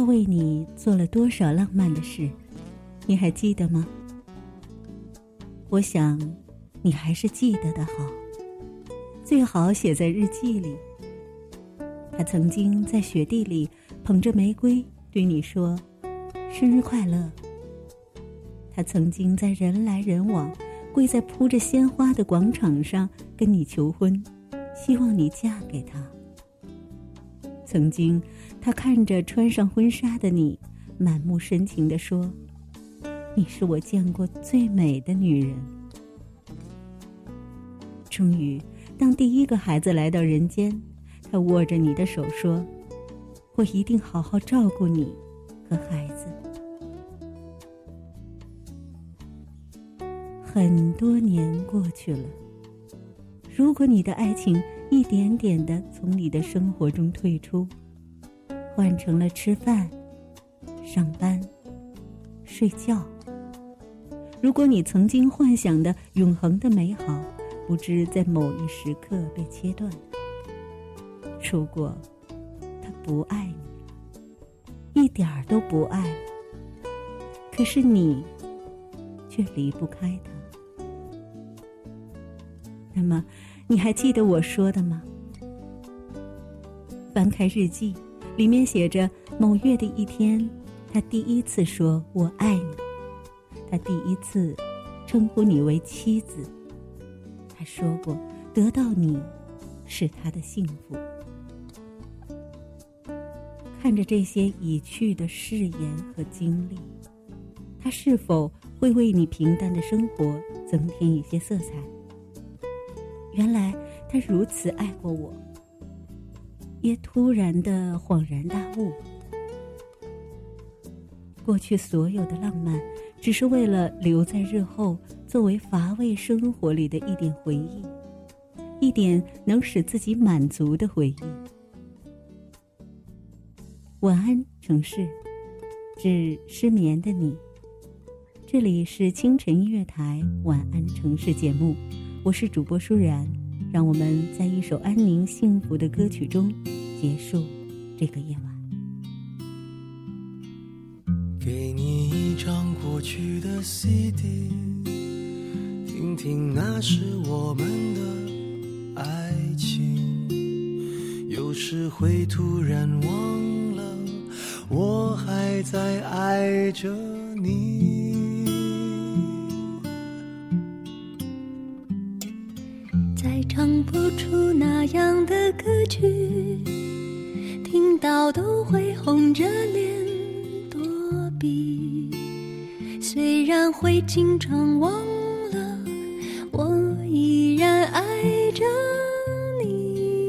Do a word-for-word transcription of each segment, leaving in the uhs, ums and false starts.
为你做了多少浪漫的事，你还记得吗？我想你还是记得的好，最好写在日记里。他曾经在雪地里捧着玫瑰对你说生日快乐。他曾经在人来人往跪在铺着鲜花的广场上跟你求婚，希望你嫁给他。曾经他看着穿上婚纱的你，满目深情地说，你是我见过最美的女人。终于当第一个孩子来到人间，他握着你的手说，我一定好好照顾你和孩子。很多年过去了，如果你的爱情一点点地从你的生活中退出，换成了吃饭、上班、睡觉，如果你曾经幻想的永恒的美好不知在某一时刻被切断，如果他不爱你了，一点儿都不爱了，可是你却离不开他，那么你还记得我说的吗？翻开日记，里面写着某月的一天，他第一次说我爱你，他第一次称呼你为妻子，他说过得到你是他的幸福。看着这些已去的誓言和经历，他是否会为你平淡的生活增添一些色彩？原来他如此爱过我，也突然的恍然大悟，过去所有的浪漫只是为了留在日后作为乏味生活里的一点回忆，一点能使自己满足的回忆。晚安城市，致失眠的你。这里是清晨音乐台晚安城市节目，我是主播舒然，让我们在一首安宁幸福的歌曲中结束这个夜晚。 给你一张过去的 C D， 听听那是我们的爱情，有时会突然忘了我还在爱着你。 再唱不出那样的歌曲，听到都会红着脸躲避，虽然会经常忘了我依然爱着你。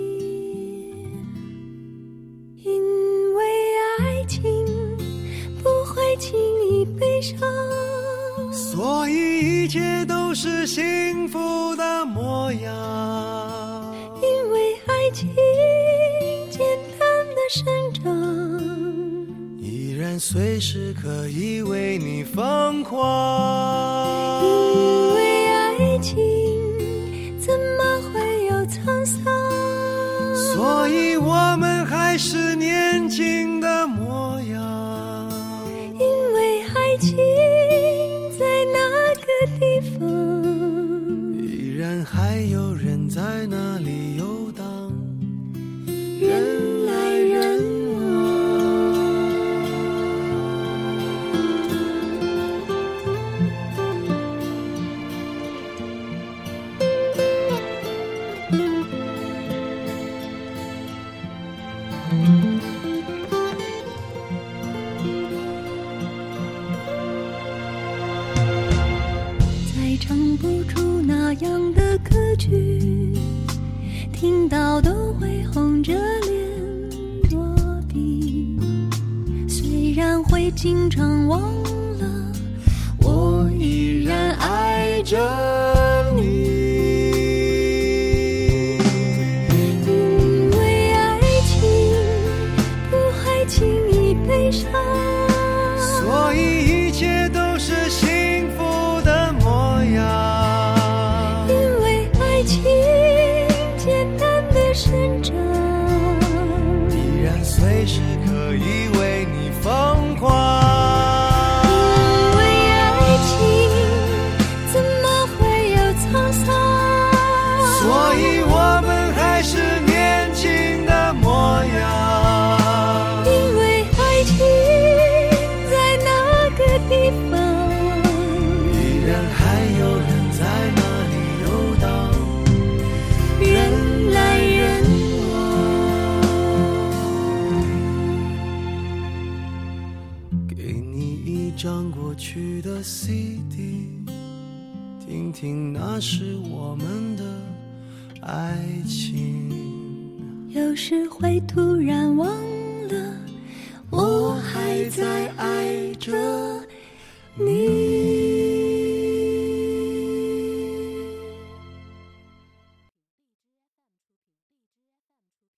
因为爱情不会轻易悲伤， 所以一切都是幸福的模样。 因为爱情简单的生长， 依然随时可以为你疯狂。 因为爱情怎么会有沧桑， 所以我们还是年轻的模样。 因为爱情在那个地方， 依然还有人在那里游荡， 人来人往。再唱不出那样的歌曲，听到都会红着脸躲避，虽然会经常忘了我依然爱着你。因为爱情不会轻易悲伤， 所以一切都是幸福的模样。 因为爱情简单的生长， 依然随时可以为去的 C D， 听听那时我们的爱情。 有时会突然忘了，我还在爱着你。